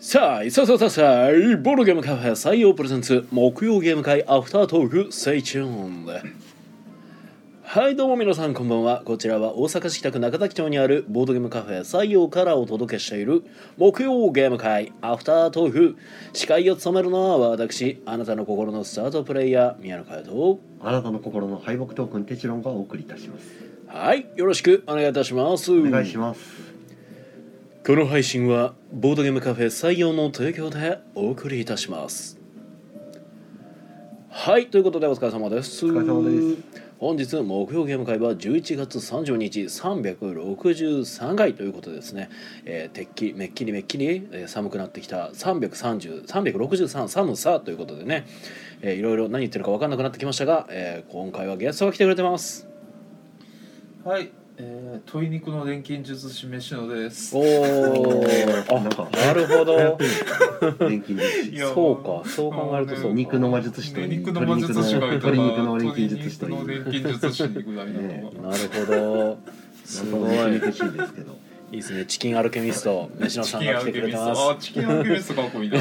さあ、さあ、ボードゲームカフェ採用プレゼンツ木曜ゲーム会アフタートークStay tuned。はいどうも皆さんこんばんは。こちらは大阪市北区中崎町にあるボードゲームカフェ採用からお届けしている木曜ゲーム会アフタートーク。司会を務めるのは私、あなたの心のスタートプレイヤー宮野佳代と、 あなたの心の敗北トークンテチロンがお送りいたします。 はい、よろしくお願いいたします。 お願いします。 この配信はボードゲームカフェ採用の提供でお送りいたします。はい、ということでお疲れ様です。 お疲れ様です。 本日木曜ゲーム会は11月30日363回ということでですね、めっきり、寒くなってきた363寒さということでね、いろいろ何言ってるか分かんなくなってきましたが、今回はゲストが来てくれてます。 はい、鶏肉の錬金術師飯野です。 おー、 なんかなるほど。 錬金術師。 そうか、そう考えるとそうか。 肉の魔術師と肉の魔術師がいたら鶏肉の錬金術師という鶏肉の錬金術師にぐらいなのなるほど。すごい。 肉しいですけど。 いいですね。チキンアルケミスト飯野さんが来てくれてます。 チキンアルケミストかっこいいな。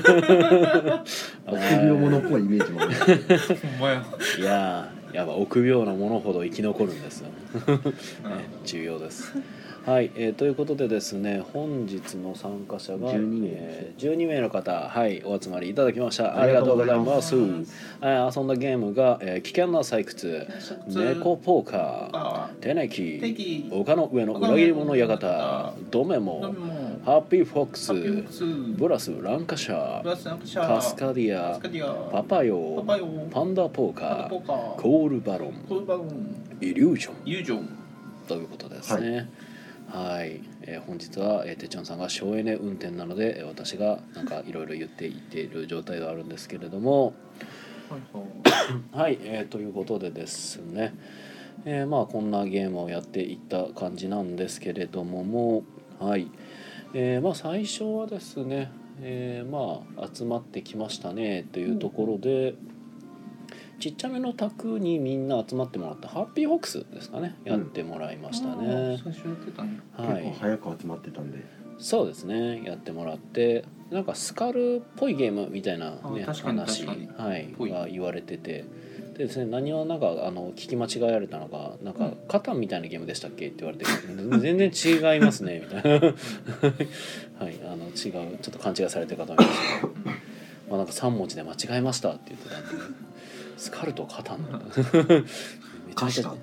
臆病者っぽいイメージもある。 ほんまや。 いやー、やっぱ臆病なものほど生き残るんですよ。ね、重要です。はい、ということでですね、本日の参加者が12名の方、はい、お集まりいただきました。ありがとうございます。遊んだゲームが、危険な採掘、猫ポーカー、手ネキ、丘の上の裏切り者館、ドメモ、ハッピーフォックス、ブラスランカシャー、カスカディア、パパヨ、パンダポーカー、コールバロン、イリュージョンということですね。はい、本日は、てっちゃんさんが省エネ運転なので、私がなんかいろいろ言っていっている状態ではあるんですけれどもはい、ということでですね、まあこんなゲームをやっていった感じなんですけれども、はい、まあ最初はですね、まあ集まってきましたねというところで、ちっちゃめの卓にみんな集まってもらったハッピーホックスですかね、やってもらいましたね。 最初やってたんや。 はい、 結構早く集まってたんで。 そうですね、やってもらって、なんかスカルっぽいゲームみたいな、ね、 確かに話、 確かはい、 ぽいが言われてて、でですね、何をなんか聞き間違えられたのか、なんかカタンみたいなゲームでしたっけって言われて、全然違いますねみたいなはい、違う、ちょっと勘違いされてる方もいましたけど、まあなんか3文字で間違えましたって言ってたんで、スカルとカタンめちゃめちゃ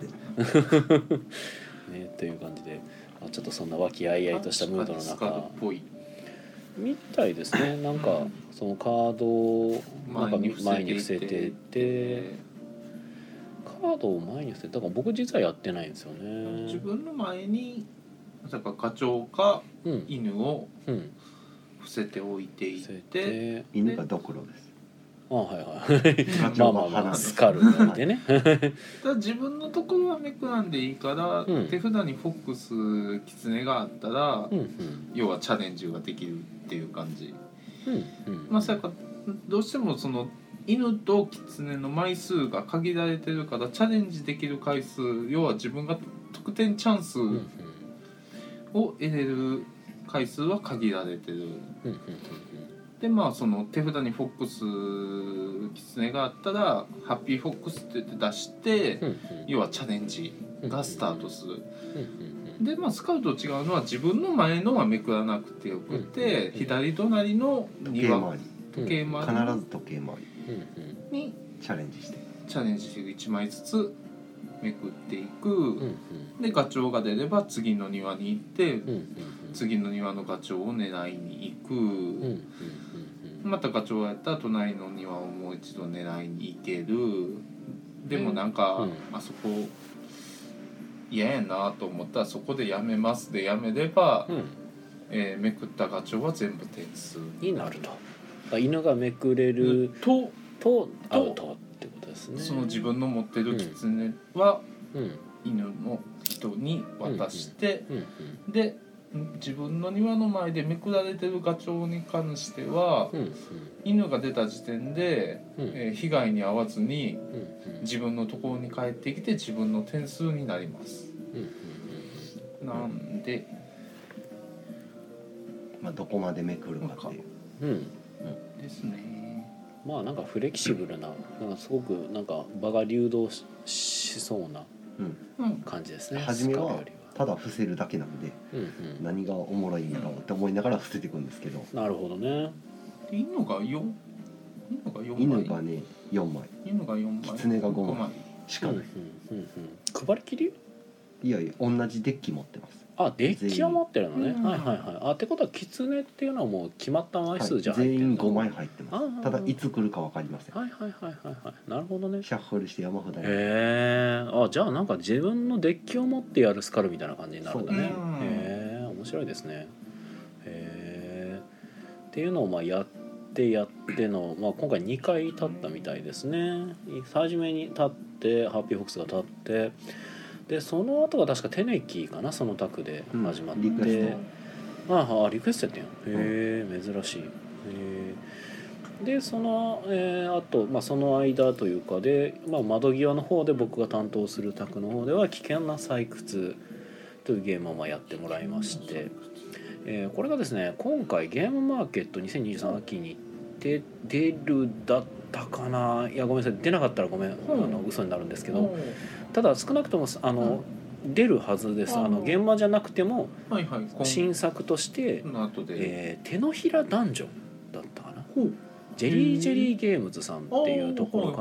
ね、という感じで、ちょっとそんな和気あいあいとしたムードの中みたいですね。なんかそのカードをなんか前に伏せてて、カードを前に伏せて、だから僕実はやってないんですよね。 自分の前に例えば課長か犬を伏せておいていて、 犬がドクロです。 はいはいまあスカルがいてねだ自分のところはめくらんでいいから、手札にフォックスキツネがあったら、要はチャレンジができるっていう感じ。まあそれかどうしてもその犬とキツネの枚数が限られてるから、チャレンジできる回数、要は自分が得点チャンスを得れる回数は限られてる。でまあその手札にフォックスキツネがあったらハッピーフォックスって言って出して、要はチャレンジがスタートする。でまあスカウト違うのは、自分の前のはめくらなくてよくて、左隣の庭時計回り必ず時計回りにチャレンジして 1枚ずつめくっていく。でガチョウが出れば次の庭に行って、次の庭のガチョウを狙いに行く。またガチョウやったら隣の庭をもう一度狙いに行ける。でもなんか、あそこ嫌やなと思ったらそこでやめますでやめれば、めくったガチョウは全部点数になると。犬がめくれるとアウトってことですね。 その自分の持ってるキツネは犬の人に渡して、で自分の庭の前でめくられてるガチョウに関しては、犬が出た時点で、被害に遭わずに、自分のところに帰ってきて自分の点数になります。なんでまあ、どこまでめくるかっていう。 ですね。 まあなんかフレキシブルな、なんかすごくなんか場が流動しそうな感じですね。 初めはただ伏せるだけなんで、何がおもろいんやろうって思いながら伏せていくんですけど。 なるほどね。 犬が4枚。 犬がね4枚。 犬が4枚。 狐が5枚しかない。 配りきり？ いやいや同じデッキ持ってます。 あ、デッキは持ってるのね。はいはいはい。あ、ってことは狐っていうのはもう決まった枚数じゃ入ってるの？ 全員5枚入ってます。ただいつ来るか分かりません。 はいはいはいはいはい。なるほどね。 シャッフルして山札。 あ、じゃあなんか自分のデッキを持ってやるスカルみたいな感じになるんだね。面白いですね。っていうのをまあやっての、まあ、今回2回経ったみたいですね。初めに立ってハッピーフォックスが立って、でその後が確かテネキーかな、そのタクで始まって、リクエストリクエストやってんや。珍しい。でその、あと、まあ、その間というかで、まあ、窓際の方で僕が担当するタクの方では危険な採掘というゲームをまあやってもらいまして、これがですね今回ゲームマーケット2023秋に出るだったかな。いやごめんなさい、出なかったらごめん、嘘になるんですけど、ただ少なくとも出るはずです。現場じゃなくても新作として、手のひらダンジョンだったかな。ジェリーゲームズさんっていうところから、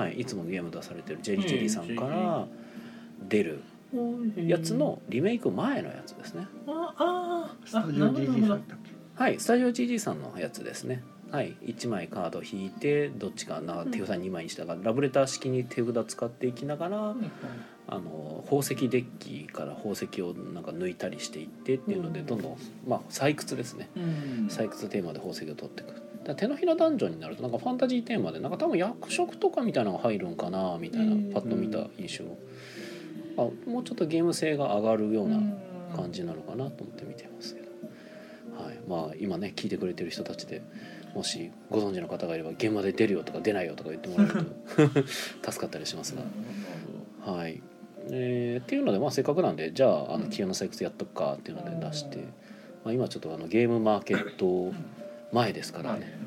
いつもゲーム出されてるジェリーさんから出るやつのリメイク前のやつですね。 スタジオ GG さんだっけ？ はい、スタジオ GG さんのやつですね。はい、1枚カード引いてどっちかな手札2枚にしたからラブレター式に手札使っていきながら、宝石デッキから宝石をなんか抜いたりしていってっていうので、どんどん、まあ、採掘ですね、採掘テーマで宝石を取っていく。だ手のひらダンジョンになるとなんかファンタジーテーマでなんか多分役職とかみたいなのが入るんかなみたいな、パッと見た印象、もうちょっとゲーム性が上がるような感じなのかなと思って見てますけど、まあ今ね聞いてくれてる人たちでもしご存知の方がいれば現場で出るよとか出ないよとか言ってもらえると助かったりしますが、はい。っていうので、まあ、せっかくなんでじゃあ危険な採掘やっとくかっていうので出して、まあ、今ちょっとゲームマーケット前ですからね、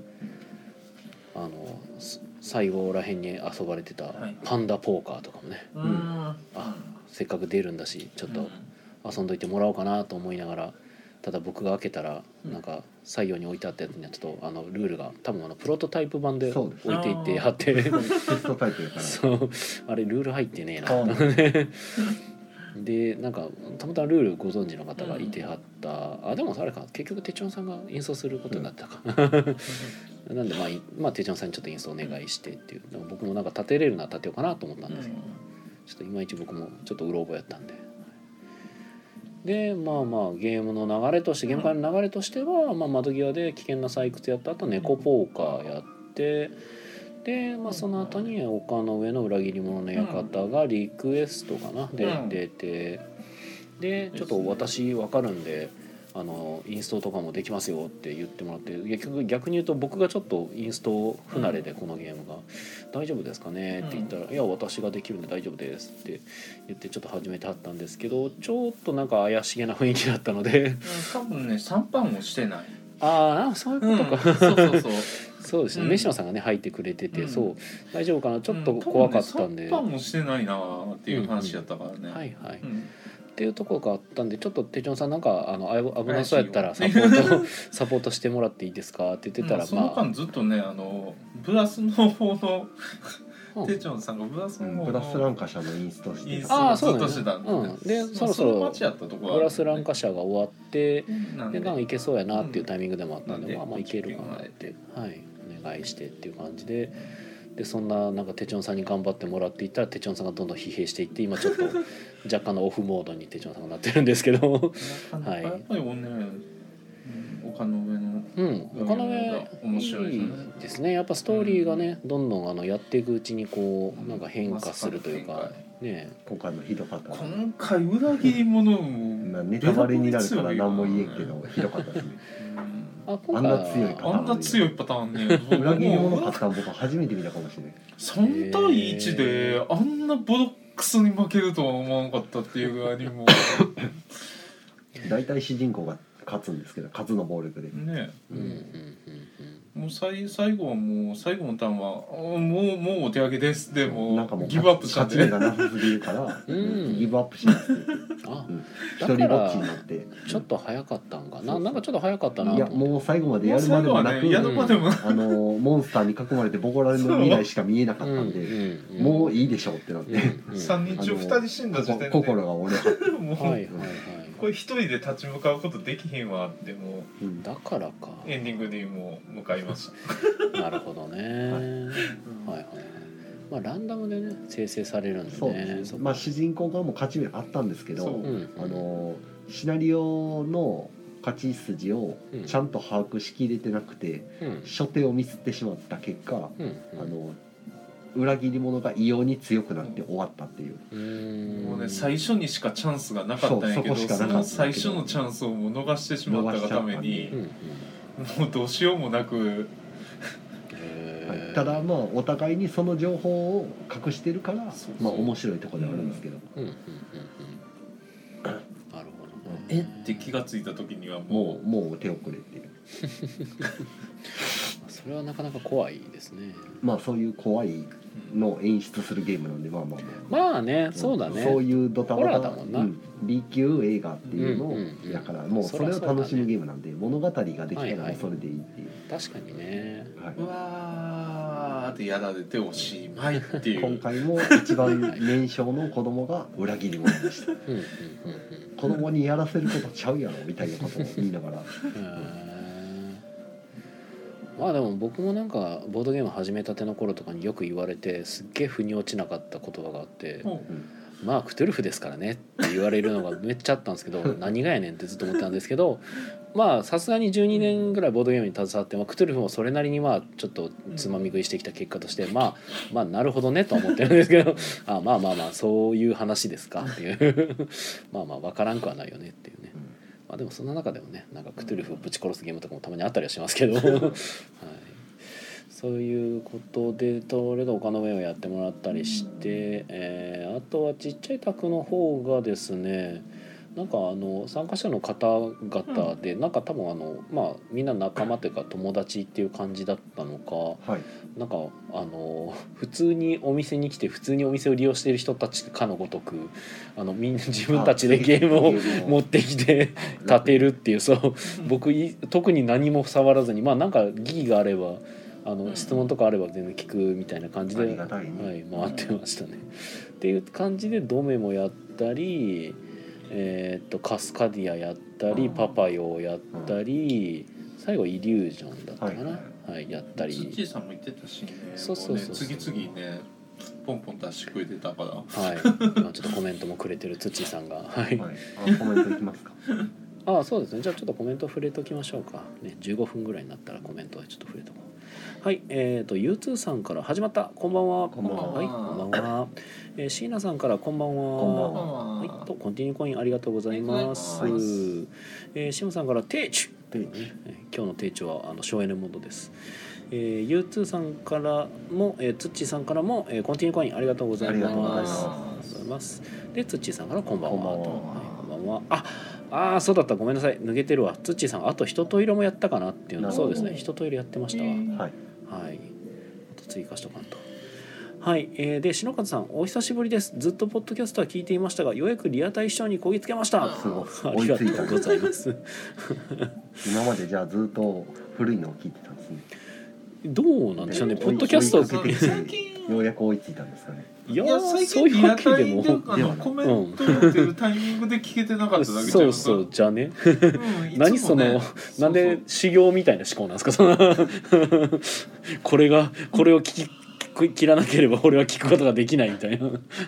最後らへんに遊ばれてたパンダポーカーとかもね、せっかく出るんだしちょっと遊んどいてもらおうかなと思いながら、ただ僕が開けたらなんか採用に置いてあったやつにはちょっとルールが多分プロトタイプ版で置いていって貼ってそうあれルール入ってねえなでなんかたまたまルールご存知の方がいてはった、でもあれか結局手帳さんがインストすることになったかなんでまあ手帳さんにちょっとインストお願いしてっていう、僕もなんか立てれるなら立てようかなと思ったんですけど、ちょっといまいち僕もちょっとうろ覚えやったんで。でまあゲームの流れとしてゲーム会の流れとしては、窓際で危険な採掘やった後猫ポーカーやって、で、その後に丘の上の裏切り者の館がリクエストかなで出て、でちょっと私分かるんでインストとかもできますよって言ってもらって、逆に言うと僕がちょっとインスト不慣れでこのゲームが大丈夫ですかねって言ったら、いや私ができるんで大丈夫ですって言ってちょっと始めてはったんですけど、ちょっとなんか怪しげな雰囲気だったので多分ね3番をしてない。 そういうことか、そうですね、飯野さんがね入ってくれてて、そう大丈夫かなちょっと怖かったんで、 3番もしてないなっていう話やったからね、 はいはい、っていうところがあったんで、ちょっと手帳さんなんか危なそうやったらサポートしてもらっていいですかって言ってたら、 その間ずっとねブラスの方の手帳さんがブラスの方のブラスランカシャのインストしてずっとしてたんで、そろそろブラスランカシャが終わってでなんかいけそうやなっていうタイミングでもあったんで、まあいけるかなって、お願いしてっていう感じで。でそんななんか手帳さんに頑張ってもらっていったら手帳さんがどんどん疲弊していって、今ちょっと若干のオフモードに手帳さんがなってるんですけどやっぱり丘の上の丘の上面白いですね。やっぱストーリーがね、どんどんやっていくうちにこうなんか変化するというかね。 今回のひどかった。 今回裏切り者もネタバレになるから何も言えんけどひどかったですね。あんな強いパターンね。 裏切り者パターン僕初めて見たかもしれない。 3対1であんなボロックスに負けるとは思わなかったっていうぐらいにも大体主人公が勝つんですけど、勝つの暴力でね、もう最後はもう最後のターンはもうお手上げですでもなんかもうギブアップしたんで勝ち目がなさすぎるからギブアップしますって一人ぼっちになってちょっと早かったんかな、なんかちょっと早かったな。 いやもう最後までやるまでもなく、モンスターに囲まれてボコられる未来しか見えなかったんで、もういいでしょうってなって 3人中2人死んだ時点で心が折れもうこれ一人で立ち向かうことできへんわってもうだからかエンディングにも向かいました。 なるほどね。はいはい。まあランダムでね生成されるんでね。 まあ主人公側も勝ち目あったんですけど、シナリオの勝ち筋をちゃんと把握しきれてなくて、初手をミスってしまった結果、裏切り者が異様に強くなって終わったっていう。 もうね最初にしかチャンスがなかったんやけど、その最初のチャンスをもう逃してしまったがためにもうどうしようもなくただまあお互いにその情報を隠してるから、まあ面白いところではあるんですけど、 なるほどね。って気がついた時にはもう手遅れっていう。 それはなかなか怖いですね。 まあそういう怖いのを演出するゲームなんで、 まあね、そうだね。 そういうドタバタだもんな。 B 級映画っていうのだから、もうそれを楽しむゲームなんで、物語ができたらもうそれでいいっていう。 確かにね。 うわーってやられておしまいっていう。 今回も一番年少の子供が裏切り者でした。子供にやらせることちゃうやろみたいなことを言いながら。 まあでも僕もなんかボードゲーム始めたての頃とかによく言われてすっげえ腑に落ちなかった言葉があって、まあクトゥルフですからねって言われるのがめっちゃあったんですけど何がやねんってずっと思ってたんですけど、まあさすがに12年ぐらいボードゲームに携わって、クトゥルフもそれなりにまあちょっとつまみ食いしてきた結果として、まあなるほどねとは思ってるんですけどまあそういう話ですかっていうまあ分からんくはないよねっていうね。まあでもそんな中でもね、なんかクトゥルフをぶち殺すゲームとかもたまにあったりはしますけど、はい、そういうことでとりあえず丘の上をやってもらったりして、あとはちっちゃい宅の方がですね、なんか参加者の方々でなんか多分まあみんな仲間というか友達っていう感じだったのか、なんか普通にお店に来て普通にお店を利用している人たちかのごとくみんな自分たちでゲームを持ってきて立てるっていう、そう僕特に何も触らずに、まあなんか疑義があれば質問とかあれば全然聞くみたいな感じで、はい、回ってましたね。っていう感じでドメもやったり、カスカディアやったり、パパヨをやったり、最後イリュージョンだったかな、やったり。 ツッチーさんも言ってたしね。 そう次々ねポンポン出してくれてたから。 はい。今ちょっとコメントもくれてるツッチーさんが、はい。 コメントいきますか。 そうですね。じゃあちょっとコメント触れときましょうか。ね、15分ぐらいになったらコメントはちょっと触れとこう。はい、U2 さんから始まった。こんばんは。こんばんは。はい、こんばんは。椎名さんからこんばんは。 こんばんは。 はい、とコンティニューコインありがとうございます。シムさんからテーチというね、今日のテーチは省エネモードです。U2 さんからも、ツッチーさんからも、コンティニューコインありがとうございます。ありがとうございます。で、ツッチーさんからこんばんはと。はい、こんばんは。そうだった、ごめんなさい、脱げてるわ。ツッチーさんあと一トイレもやったかなっていうの。そうですね、一トイレやってましたわ。はい、あと追加しとかんと。はい、で篠和さんお久しぶりです。ずっとポッドキャストは聞いていましたが、ようやくリアタイ視聴にこぎつけました。ありがとうございます。 今までじゃあずっと古いのを聞いてたんですね。 どうなんでしょうね、ポッドキャストようやく追いついたんですかね。 いやそういうわけでもコメント打ってるタイミングで聞けてなかっただけじゃん。 そうじゃね。何そのなんで修行みたいな思考なんですか。そのこれを切らなければ俺は聞くことができないみたいな。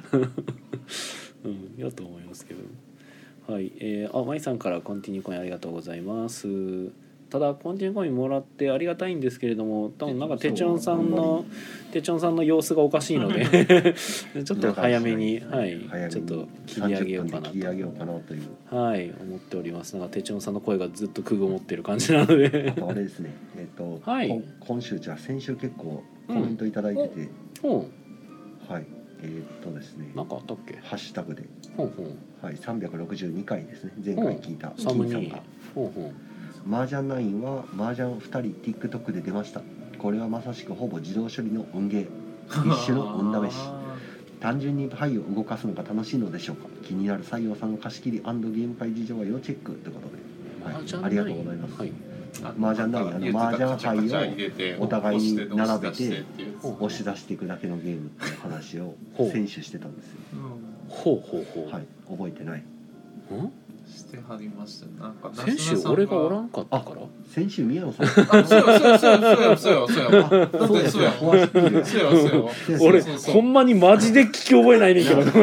やと思いますけど。はい、マイさんからコンティニューコインありがとうございます。ただコンティニューコインもらってありがたいんですけれども、多分なんかテチョンさんの様子がおかしいのでちょっと早めに、ちょっと切り上げようかなというはい思っております。なんかテチョンさんの声がずっとくぐもってる感じなのであとあれですね、今週じゃ先週結構コメントいただいてて、はい、 ですね、 なんかあったっけ？ ハッシュタグで、 ほんほん、 はい、362回ですね、前回聞いたサムに金さんが、 ほんほん、 麻雀9は麻雀2人 TikTok で出ました。これはまさしくほぼ自動処理の運ゲー、一種の運試し。単純に牌を動かすのが楽しいのでしょうか。気になる西洋さんの貸し切り&ゲーム会事情は要チェックということで、はい、ありがとうございます。はい、麻雀9、麻雀牌をお互いに並べて押し出していくだけのゲームっていう話を選手してたんですよ。 ほうほうほう、 はい、覚えてない？ してはりました。なんか先週俺がおらんかったから。 先週宮野さん。 そうや。 俺ほんまにマジで聞き覚えないねんけど。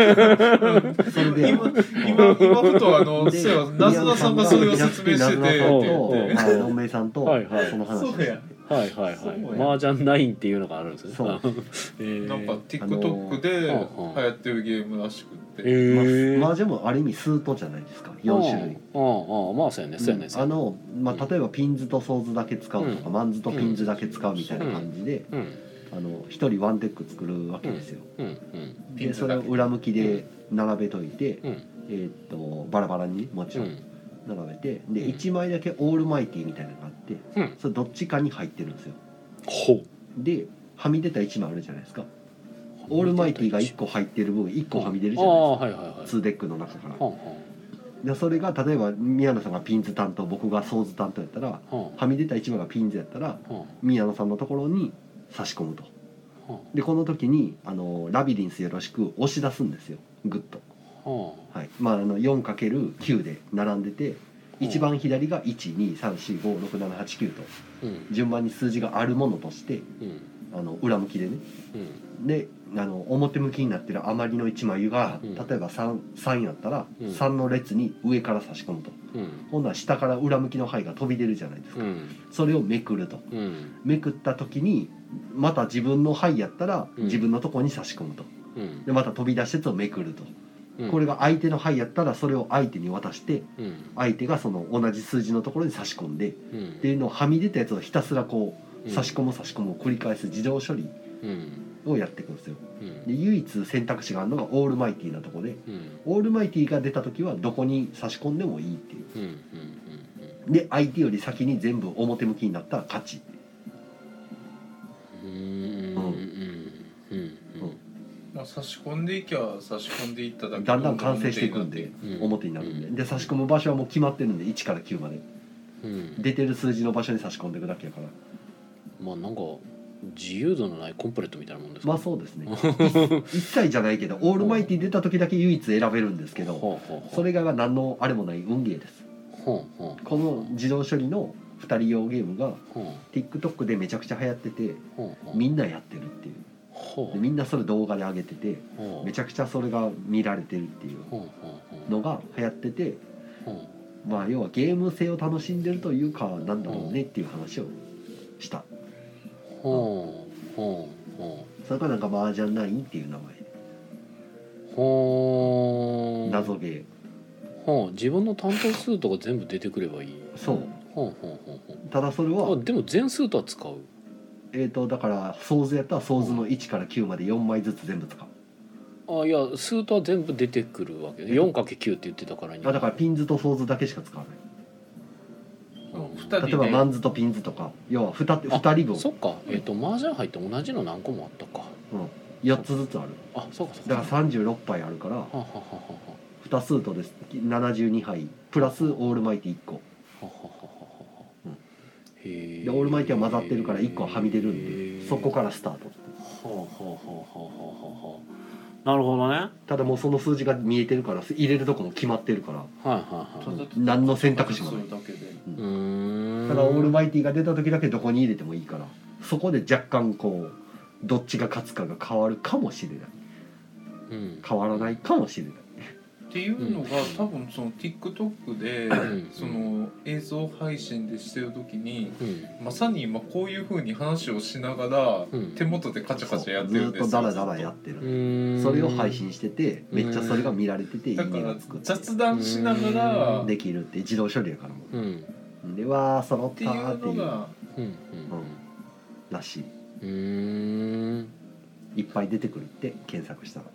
今ふとそうやなずなさんがそれを説明してて、 のんめいさんとその話。 はい麻雀9っていうのがあるんですね。 そう。 なんか TikTok で流行ってるゲームらしくて。 麻雀もある意味スートじゃないですか。4種類。 まあそうやね、そうやね。 例えばピンズとソーズだけ使うとか、マンズとピンズだけ使うみたいな感じで、一人ワンデック作るわけですよ。でそれを裏向きで並べといて、バラバラにもちろん並べて、で1枚だけオールマイティみたいなのがあって、それどっちかに入ってるんですよ。ではみ出た1枚あるじゃないですか。オールマイティが1個入ってる分1個はみ出るじゃないですか。2デックの中から。でそれが例えば宮野さんがピンズ担当、僕がソーズ担当やったら、はみ出た1枚がピンズやったら、宮野さんのところに差し込むと。でこの時にラビリンスよろしく押し出すんですよ、グッと。はい、4×9 で並んでて、一番左が123456789と順番に数字があるものとして、裏向きでね、で表向きになってる余りの1枚が例えば 3やったら3の列に上から差し込むと、今度は下から裏向きの牌が飛び出るじゃないですか。それをめくると、めくった時にまた自分の牌やったら自分のとこに差し込むと、でまた飛び出したやつをめくると、これが相手の牌やったらそれを相手に渡して、相手がその同じ数字のところに差し込んで、っていうのをはみ出たやつをひたすらこう差し込むを繰り返す自動処理をやっていくんですよ。で唯一選択肢があるのがオールマイティなとこで、オールマイティが出た時はどこに差し込んでもいいっていう。で相手より先に全部表向きになったら勝ち。 差し込んでいきゃ差し込んでいっただけだんだん完成していくんで表になるんで、で差し込む場所はもう決まってるんで1から9まで、出てる数字の場所に差し込んでいくだけやから、 まあなんか自由度のないコンプレットみたいなもんですか。 まあそうですね。一切じゃないけどオールマイティ出た時だけ唯一選べるんですけど、それ以外は何のあれもない運ゲーです。この自動処理の2人用ゲームが TikTok でめちゃくちゃ流行ってて、みんなやってるっていう。でみんなそれ動画で上げてて、めちゃくちゃそれが見られてるっていうのが流行ってて、まあ要はゲーム性を楽しんでるというかなんだろうねっていう話をした。それからなんか麻雀9っていう名前で謎ゲー、自分の担当数とか全部出てくればいい。 そう。ただそれはでも全数とは使う。 だからソーズやったらソーズの1から9まで4枚ずつ全部使う。 いやスートは全部出てくるわけで 4×9 って言ってたからに。 だからピンズとソーズだけしか使わない。例えばマンズとピンズとか要は 2人分。 そっか。麻雀入って同じの何個もあったか。 4つずつある。 そうかだから36杯あるから2スートです72杯プラスオールマイティ1個。でオールマイティは混ざってるから1個ははみ出るんで、そこからスタート。 なるほどね。 ただもうその数字が見えてるから入れるとこも決まってるから、何の選択肢もない。ただオールマイティが出た時だけどこに入れてもいいから、そこで若干こうどっちが勝つかが変わるかもしれない、変わらないかもしれないっていうのが多分その TikTok でその映像配信でしてる時にまさに今こういう風に話をしながら手元でカチャカチャやってるんですよ。 ずっとダラダラやってる。それを配信しててめっちゃそれが見られてていいねがつくって、 雑談しながらできるって自動処理やからもう、では揃ったーっていうのがらしい。 いっぱい出てくるって検索したら、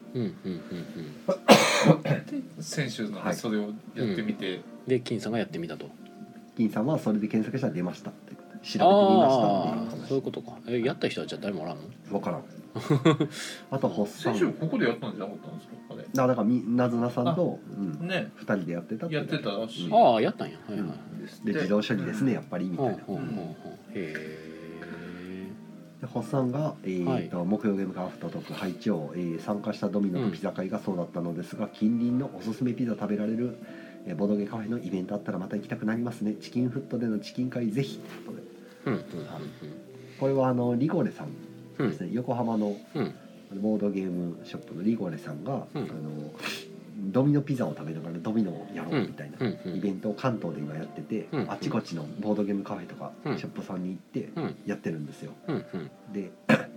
で先週のそれをやってみて、 で金さんがやってみたと。 金さんはそれで検索したら出ましたって調べてみましたっていう話。 そういうことか。やった人はじゃあ誰もおらんの？ 分からんあとホッサン先週ここでやったんじゃなかったんですかあれ。 だからなずなさんと、 ね、 2人でやってたってやってたらしい。 ああやったんや。はいはい。 で自動処理ですねやっぱりみたいな。へえ。 でホッサンが、木曜ゲームカフェと特会長、参加したドミノとピザ会がそうだったのですが、近隣のおすすめピザ食べられる、ボドゲカフェのイベントあったらまた行きたくなりますね。チキンフットでのチキン会ぜひということで、これはリゴレさんですね、横浜のボードゲームショップのリゴレさんが、ドミノピザを食べながらドミノをやろうみたいなイベントを関東で今やってて、あちこちのボードゲームカフェとかショップさんに行ってやってるんですよ。で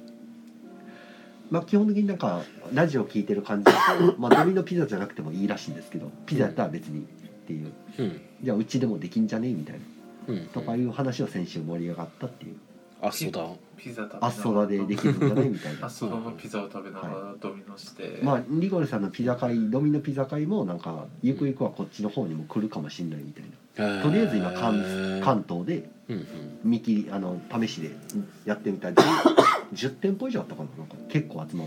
基本的になんかラジオ聞いてる感じだと、ドミノピザじゃなくてもいいらしいんですけど、ピザやったら別にっていう、じゃあうちでもできんじゃねえみたいな、とかいう話を先週盛り上がったっていう。 あそうだ。 ピザ食べアッソダでできるんじゃないみたいな。 アッソダのピザを食べながらドミノして、 リゴレさんのピザ会、ドミノピザ会もなんかゆくゆくはこっちの方にも来るかもしれないみたいな。とりあえず今関東で見切り試しでやってみたり、10店舗以上あったかな、なんか結構集まって、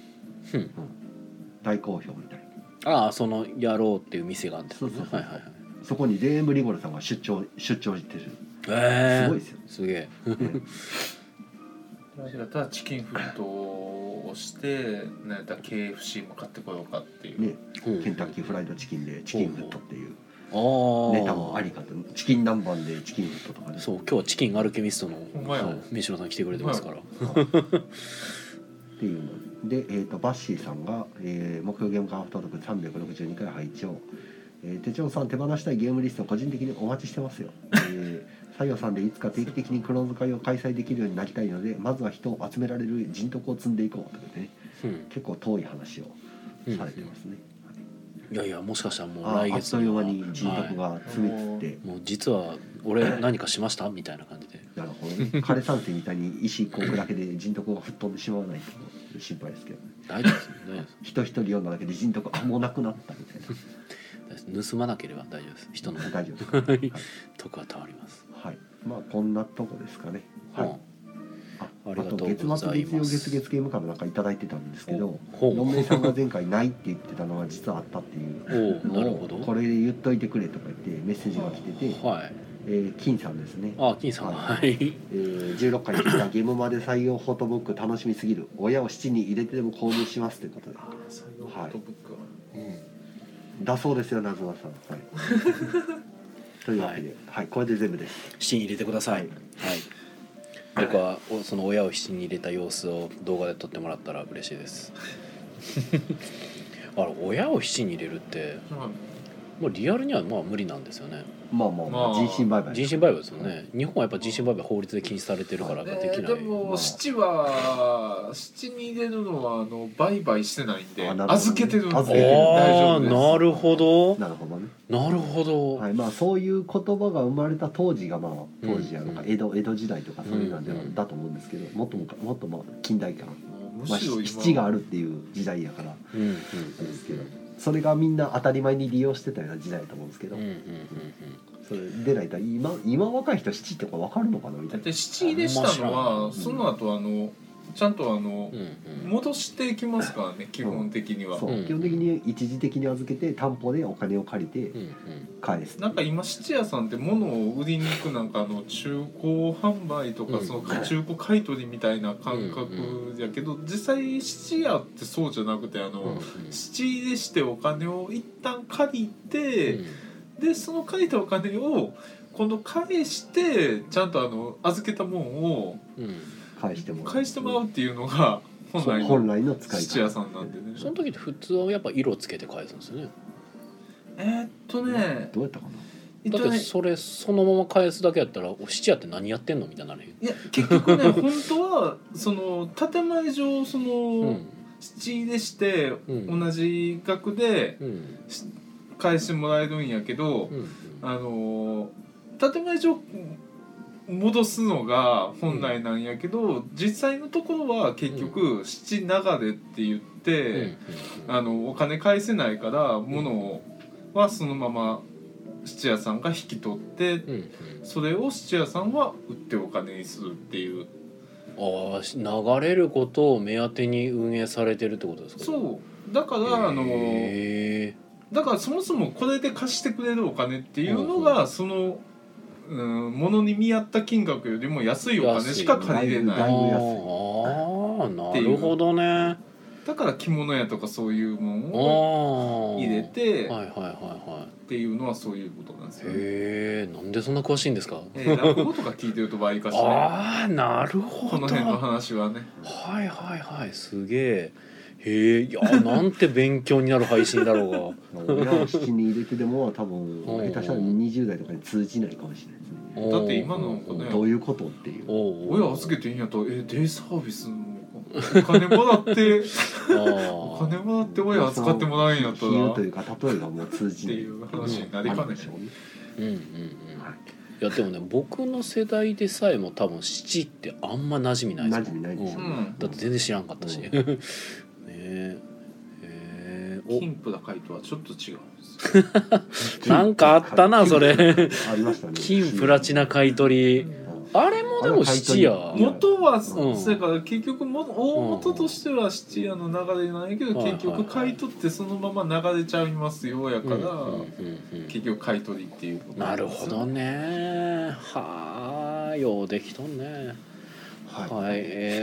大好評みたいな。ああそのやろうっていう店があって、そうそこに全部リゴレさんが出張してる。すごいですよ。 すげえ。 私だったらチキンフットをしてなんやったら KFC も買ってこようかっていう、 ね、ケンタッキーフライドチキンでチキンフットっていうネタもありかと。チキン南蛮でチキンフットとかね。 そう今日はチキンアルケミストの飯野さん来てくれてますから。 っていうので、バッシーさんが、木曜ゲームカフェ登録362回拝聴。手帳さん手放したいゲームリスト個人的にお待ちしてますよ。西洋さんでいつか定期的にクローズ会を開催できるようになりたいので、まずは人を集められる人徳を積んでいこうというね、結構遠い話をされてますね。 いやいやもしかしたらもう来月あっという間に人徳が積みつって、 もう実は俺何かしましたみたいな感じで。 なるほどね。枯山水みたいに石こくだけで人徳が吹っ飛んでしまわないと心配ですけど、 大丈夫ですよね。 人一人読んだだけで人徳もうなくなったみたいな。 盗まなければ大丈夫です。人の大丈夫です。 徳はたまります。 はい。こんなとこですかね。はい。 あと月末月曜月ゲームからなんかいただいてたんですけど、のんめいさんが前回ないって言ってたのは実はあったっていうのをこれで言っといてくれとか言ってメッセージが来てて、金さんですね。 金さん、はい。 16回聞いたゲームまで採用フォトブック楽しみすぎる。親を7に入れてでも購入しますということで。 採用フォトブックは。 だそうですよ、なずなさん。はい。というわけで、これで全部です。 7に入れてください。はい。僕はその親を7に入れた様子を動画で撮ってもらったら嬉しいです。親を7に入れるって、もうリアルには無理なんですよね。 人身売買ですよね。日本はやっぱ人身売買法律で禁止されてるからできない。 でも7に入れるのは売買してないんで預けてるんで大丈夫です。 なるほど。 なるほどね。 なるほど。 はい、そういう言葉が生まれた当時が当時江戸時代とかそういうなんでだと思うんですけど、もっと近代感、七があるっていう時代やからですけど、それがみんな当たり前に利用してたような時代だと思うんですけど、それでないと今若い人七って分かるのかなみたいな。 で七でしたのはその後ちゃんと戻していきますからね、基本的には。 基本的に一時的に預けて担保でお金を借りて返す。 なんか今質屋さんって物を売りに行くなんか中古販売とかその中古買い取りみたいな感覚やけど、実際質屋ってそうじゃなくて質入れしてお金を一旦借りて、でその借りたお金を今度返してちゃんと預けたもんを返してもらうっていうのが本来の使い質屋さんなんでね。 その時って普通はやっぱ色つけて返すんですよね。 どうやったかな。 だってそのまま返すだけやったら質屋って何やってんのみたいなね。 いや結局ね本当はその建前上質入れして同じ額で返してもらえるんやけど、建前上戻すのが本来なんやけど、実際のところは結局質流れって言って、お金返せないから物はそのまま質屋さんが引き取って、それを質屋さんは売ってお金にするっていう。 ああ、流れることを目当てに運営されてるってことですか。 そうだからだからそもそもこれで貸してくれるお金っていうのがその物に見合った金額よりも安いお金しか借りれない。 ああ、なるほどね。 だから着物屋とかそういうものを入れてっていうのはそういうことなんですよね。 へえ、なんでそんな詳しいんですか。 落語とか聞いてると場合かしら、 ああ、なるほど。 この辺の話はね。 はいはいはい、すげえ。へえ、いやなんて勉強になる配信だろうが。 親を七に入れてでも多分下手したら20代とかに通じないかもしれないですね。 だって今のね、 どういうことっていう。 親預けていいんやったらデイサービスのお金もらってお金もらって親預かってもらうんやったら比喩というか例えがもう通じないっていう話になりかねない。いやでもね、僕の世代でさえも多分七ってあんま馴染みないです。 馴染みないですよね。だって全然知らんかったし。 金プラ買いとはちょっと違うんですなんかあったなそれ。 ありましたね。 金プラチナ買い取り。あれもでも質屋。 元はだから結局大元としては質屋の流れなんやけど、結局買い取ってそのまま流れちゃいますよやから結局買い取りっていうことなんですよ。なるほどね。はあ、ようできとんね。はい、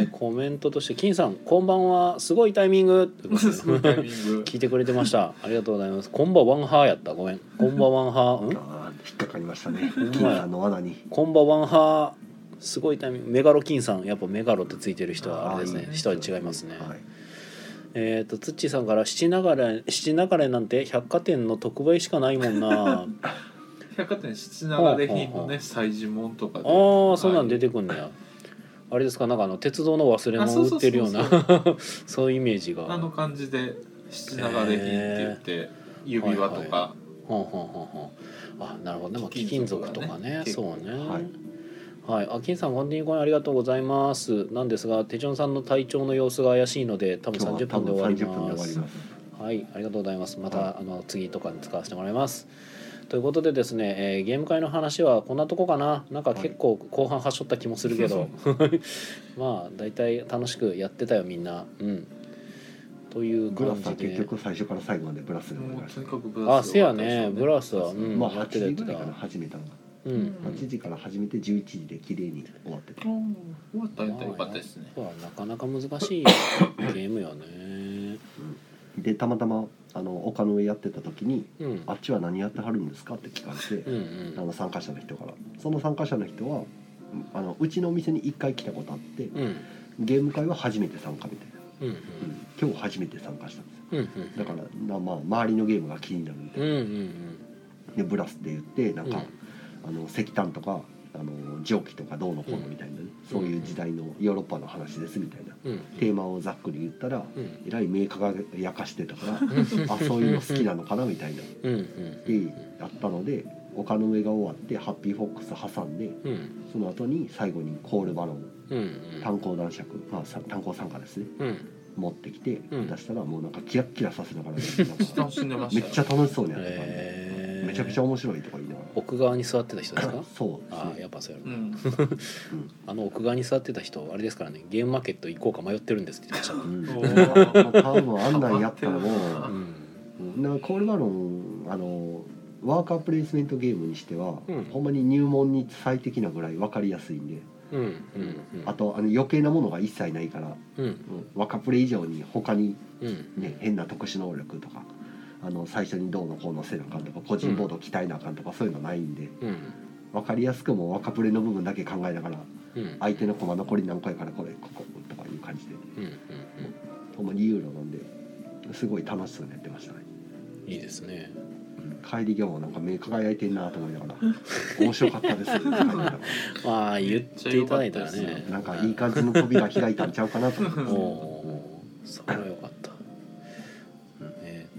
コメントとして金さんこんばんは、すごいタイミング聞いてくれてました。ありがとうございます。こんばんはんはやった、ごめん、こんばんはんは引っかかりましたね。金さんの罠に。 こんばんはんは、すごいタイミング。メガロ金さん、やっぱメガロってついてる人はあれですね、人は違いますね。ツッチーさんから七流れなんて百貨店の特売しかないもんな。 百貨店七流れ品のね催事物とかで、 ああ、そうなん出てくんねや。あれですか、なんか鉄道の忘れ物売ってるようなそういうイメージがあの感じで七流れ品って言って指輪とか、 あ、なるほどね。貴金属とかね、そうね。はい、あ、金さん本当にありがとうございます。なんですがテチョンさんの体調の様子が怪しいので多分30分で終わります。はい、ありがとうございます。また次とかに使わせてもらいます。ということでですね、ゲーム会の話はこんなとこかな。なんか結構後半はしょった気もするけどまあだいたい楽しくやってたよみんな。という感じで。 結局最初から最後までブラスがあ、せやね、ブラスはまあ8時ぐらいから始めたのが。8時から始めて11時で綺麗に終わってて。 終わったらよかったですね。 なかなか難しいゲームよね。 でたまたま丘の上やってた時に、あっちは何やってはるんですかって聞かれて、参加者の人から。その参加者の人はうちのお店に1回来たことあって、ゲーム会は初めて参加みたいな、今日初めて参加したんですよ。だからまあ周りのゲームが気になるみたいな。でブラスって言ってなんか、石炭とか蒸気とかどうのこうのみたいな、ね、そういう時代のヨーロッパの話ですみたいな、テーマをざっくり言ったら、えらい目輝かしてたからあ、そういうの好きなのかなみたいなでやったので、丘の上が終わってハッピーフォックス挟んで、その後に最後にコールバロン、炭鉱男爵、まあ炭鉱参加ですね、持ってきて出したらもうなんかキラッキラさせながら、ね、めっちゃ楽しそうにやってたんで。めちゃくちゃ面白いとか言いながら。 奥側に座ってた人ですか？ そうですね。 あ、やっぱそうやろ。奥側に座ってた人あれですからね、ゲームマーケット行こうか迷ってるんですって言ってました。 多分あんなんやったのも、コールバロンワーカープレイスメントゲームにしては、ほんまに入門に最適なぐらい分かりやすいんで。あと余計なものが一切ないから、ワカプレ以上に他に、ね、変な特殊能力とか最初にどうのこうのせなあかんとか個人ボード鍛えなあかんとかそういうのないんで、分かりやすくもワカプレの部分だけ考えながら、相手の駒残り何個やからこれこことかいう感じで、ほんまにユーロなんですごい楽しそうにやってましたね。 いいですね。 帰り際もなんか目輝いてんなと思いながら面白かったですまあ言っていただいたらね、 なんかいい感じの扉開いたんちゃうかなと思ってそれはよかった。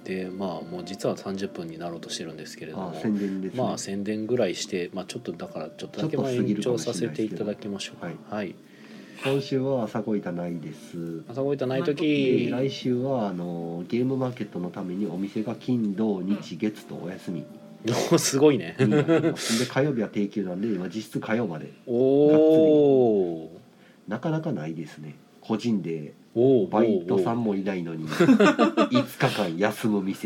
でまあもう実は30分になろうとしてるんですけれども、 宣伝ですね。 まあ宣伝ぐらいして、まあ、ちょっとだからちょっとだけ延長させていただきましょうか。はい。 今週は朝ごいたないです。 朝ごいたない時、 来週はゲームマーケットのためにお店が金土日月とお休み。 すごいね。で火曜日は定休なんで今実質火曜まで。 おお。 なかなかないですね。個人でバイトさんもいないのに5日間休む店。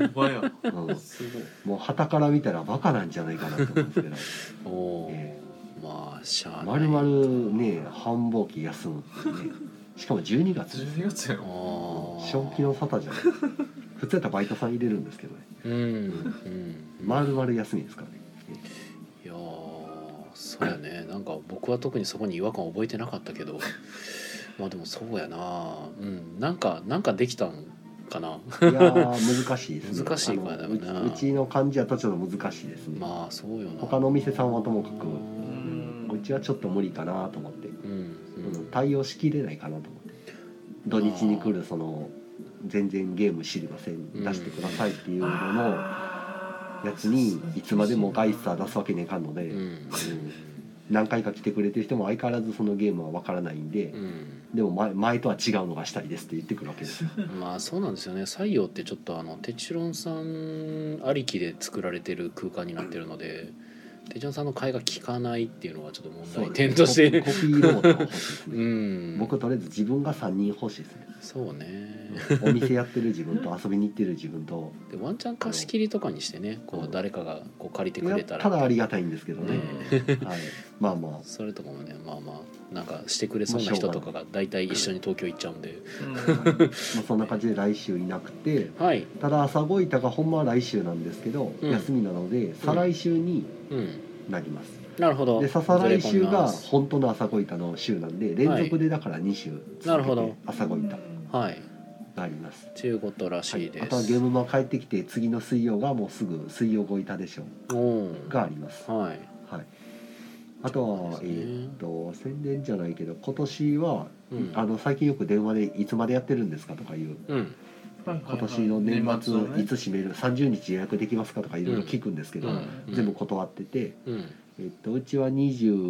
もう旗から見たらバカなんじゃないかなと思うんですけど。 まあしゃあない。丸々ね繁忙期休むってね。しかも12月。 12月よ。 正気の沙汰じゃない。普通やったらバイトさん入れるんですけどね。丸々休みですからね。 いやそうやね。なんか僕は特にそこに違和感覚えてなかったけど。まあでもそうやな、なんかできたんかな。 いや難しいですね。 難しいからだよな。 うちの感じはちょっと難しいですね。 まあそうよな。 他のお店さんはともかく、うちはちょっと無理かなと思って、対応しきれないかなと思って、土日に来るその全然ゲーム知りません、出してくださいっていうののやつにいつまでもガイスター出すわけにいかんので。何回か来てくれてる人も相変わらずそのゲームは分からないんで、でも前とは違うのがしたいですって言ってくるわけですよ。 まあそうなんですよね。採用ってちょっとテチロンさんありきで作られてる空間になってるので、テチロンさんの会が効かないっていうのはちょっと問題点としてコピーロボットが欲しいですね。僕とりあえず自分が3人欲しいですね。 そうね。 お店やってる自分と遊びに行ってる自分とでワンチャン貸し切りとかにしてね、こう誰かがこう借りてくれたらただありがたいんですけどね。はい、まあまあそれとかもね、まあまあなんかしてくれそうな人とかが大体一緒に東京行っちゃうんで、 まあそんな感じで来週いなくて、 はい、 ただ朝ごいたがほんまは来週なんですけど、休みなので再来週になります。 なるほど。 で再来週が本当の朝ごいたの週なんで、連続でだから2週続けて朝ごいたがあります。 ということらしいです。 あとはゲームマ帰ってきて次の水曜がもうすぐ水曜ごいたでしょうがあります。はい。あとは宣伝じゃないけど今年は最近よく電話でいつまでやってるんですかとかいう。今年の年末いつ閉める30日予約できますかとかいろいろ聞くんですけど、全部断ってて、うちは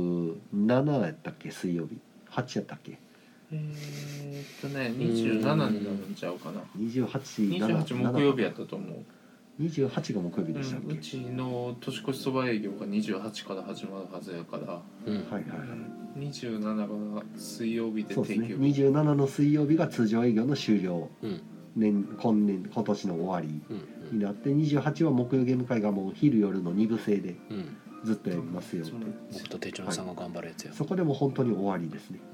27やったっけ水曜日8やったっけ 27になるんちゃうかな。28木曜日やったと思う。 28が木曜日でしたっけ。 うちの年越しそば営業が28から始まるはずやから、27が水曜日で定休日。そうですね。 27の水曜日が通常営業の終了。今年の終わりになって、28は木曜ゲーム会がもう昼夜の2部制でずっとやりますよって。 僕と手帳さんが頑張るやつや。 そこでも本当に終わりですね。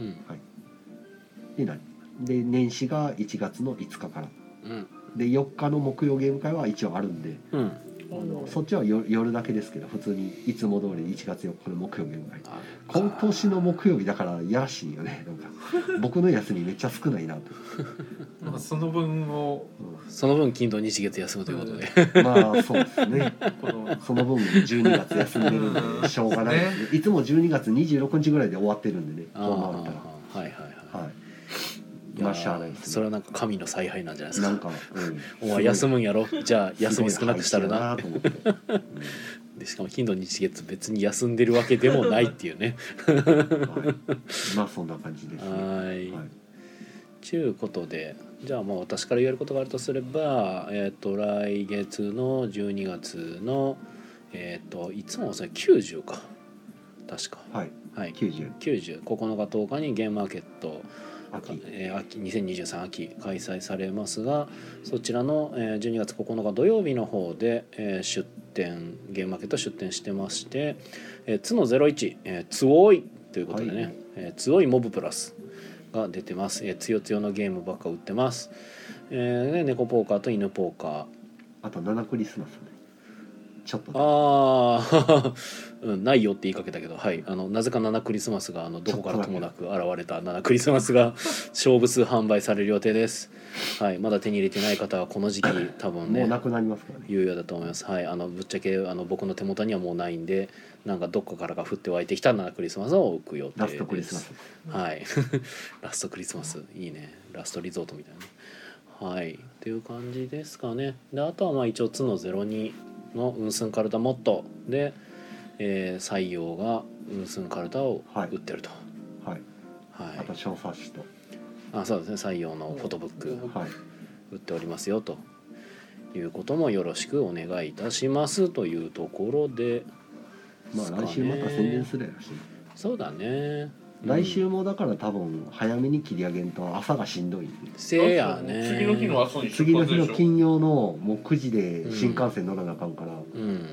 で年始が1月の5日から。で4日の木曜ゲーム会は一応あるんで、そっちは夜だけですけど、普通にいつも通り1月4日の木曜ゲーム会。今年の木曜日だからやらしいよね。なんか僕の休みめっちゃ少ないなと。 まあその分金土日月休むということで、 まあそうですね。その分12月休んでるんでしょうがないですね。いつも12月26日ぐらいで終わってるんでね。こう回ったら。まあしゃあないですね。 それはなんか神の采配なんじゃないですか。 なんか、 お前休むんやろ、じゃあ休み少なくしたらなと思って。 でしかも金土日月別に休んでるわけでもないっていうね。 まあそんな感じですね。 ということで、じゃあまあ私から言えることがあるとすれば、来月の12月のいつもそれ90か確か。90 9日10日にゲームマーケット秋2023秋開催されますが、そちらの12月9日土曜日の方で出店ゲームマーケット出店してまして、つの01つおいということでね、つおいモブプラスが出てます。つよつよのゲームばっか売ってます。猫ポーカーと犬ポーカー、 あと7クリスマスね。ちょっとないよって言いかけたけど、なぜか7クリスマスがどこからともなく現れた7クリスマスが勝負数販売される予定です。まだ手に入れてない方はこの時期多分ねもうなくなりますからね。 有用だと思います。ぶっちゃけ僕の手元にはもうないんで、なんかどっかからが降って湧いてきた7クリスマスを置く予定です。 ラストクリスマス。 ラストクリスマスいいね。ラストリゾートみたいな。 はいっていう感じですかね。であとはまあ一応ツの02のウンスンカルタモットで、採用がウンスンカルタを売ってると。 はい、はい、あと小冊子とそうですね、採用のフォトブック売っておりますよということもよろしくお願いいたしますというところで、 まあ来週また宣伝するやろし、 そうだね、 来週もだから多分早めに切り上げんと朝がしんどい、 せやね、 次の日の朝に次の日の金曜のもう9時で新幹線乗らなあかんから、も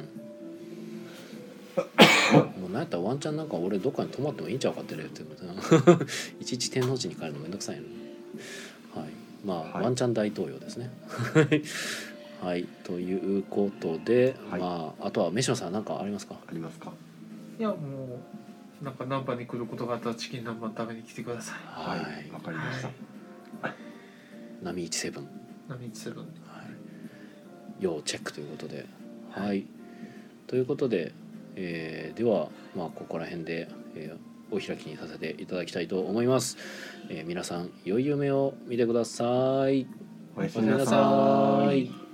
うなんやったらワンチャンなんか俺どっかに泊まってもいいんちゃうかって言っていちいち天王寺に帰るのめんどくさいの、はい、まあ、ワンチャン大統領ですねはい、ということで、まああとは飯野さん何かありますか？ ありますか？ いやもうなんかナンパに来ることがあったらチキン南蛮食べに来てください。 はい、わかりました。 波17、 波17、はい、 要チェックということで、はい、ということで、ではまあここら辺で、お開きにさせていただきたいと思います。皆さん良い夢を見てください。 おやすみなさい。